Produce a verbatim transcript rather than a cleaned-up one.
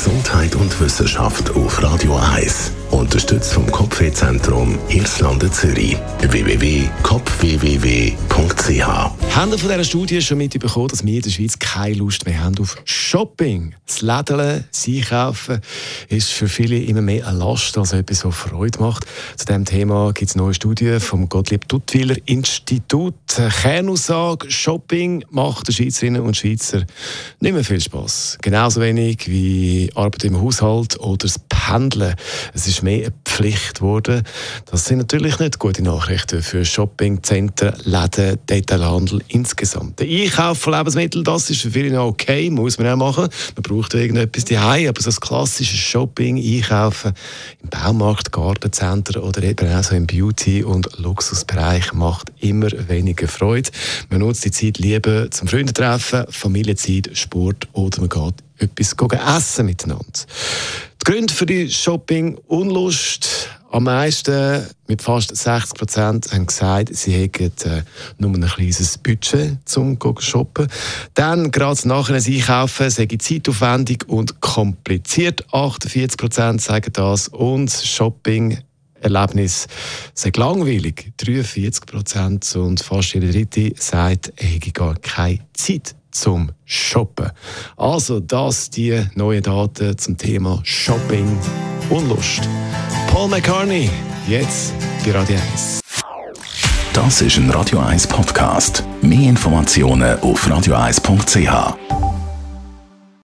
Gesundheit und Wissenschaft auf Radio eins. Unterstützt vom Kopfwehzentrum Irlande Zürich. w w w punkt kopfwww punkt c h. Haben Sie von dieser Studie schon mitbekommen, dass wir in der Schweiz keine Lust mehr haben auf Shopping? Das Lädeln, das Einkaufen ist für viele immer mehr eine Last als etwas, was Freude macht. Zu diesem Thema gibt es neue Studien vom Gottlieb-Duttweiler Institut. Kernaussage: Shopping macht den Schweizerinnen und Schweizer nicht mehr viel Spass. Genauso wenig wie Arbeit im Haushalt oder das Pendeln. Es ist mehr eine Pflicht geworden. Das sind natürlich nicht gute Nachrichten für Shoppingzentren, Läden, Detailhandel insgesamt. Der Einkauf von Lebensmitteln, das ist für viele noch okay, muss man auch machen. Man braucht irgendetwas daheim, aber so das klassische Shopping, Einkaufen im Baumarkt, Gartencenter oder eben auch so im Beauty- und Luxusbereich macht immer weniger Freude. Man nutzt die Zeit lieber zum Freundentreffen, Familienzeit, Sport oder man geht etwas essen miteinander. Die Gründe für die Shopping-Unlust: am meisten, mit fast sechzig Prozent, haben gesagt, sie hätten äh, nur ein kleines Budget zum Shoppen. Dann, gerade nachher das Einkaufen, sei zeitaufwendig und kompliziert. achtundvierzig Prozent sagen das. Und Shopping Erlebnis sei langweilig, dreiundvierzig Prozent. Und fast jeder Dritte sagt, er hätte gar keine Zeit zum Shoppen. Also das die neuen Daten zum Thema Shopping Unlust. Paul McCartney, jetzt bei Radio eins. Das ist ein Radio eins Podcast. Mehr Informationen auf radio eins punkt c h.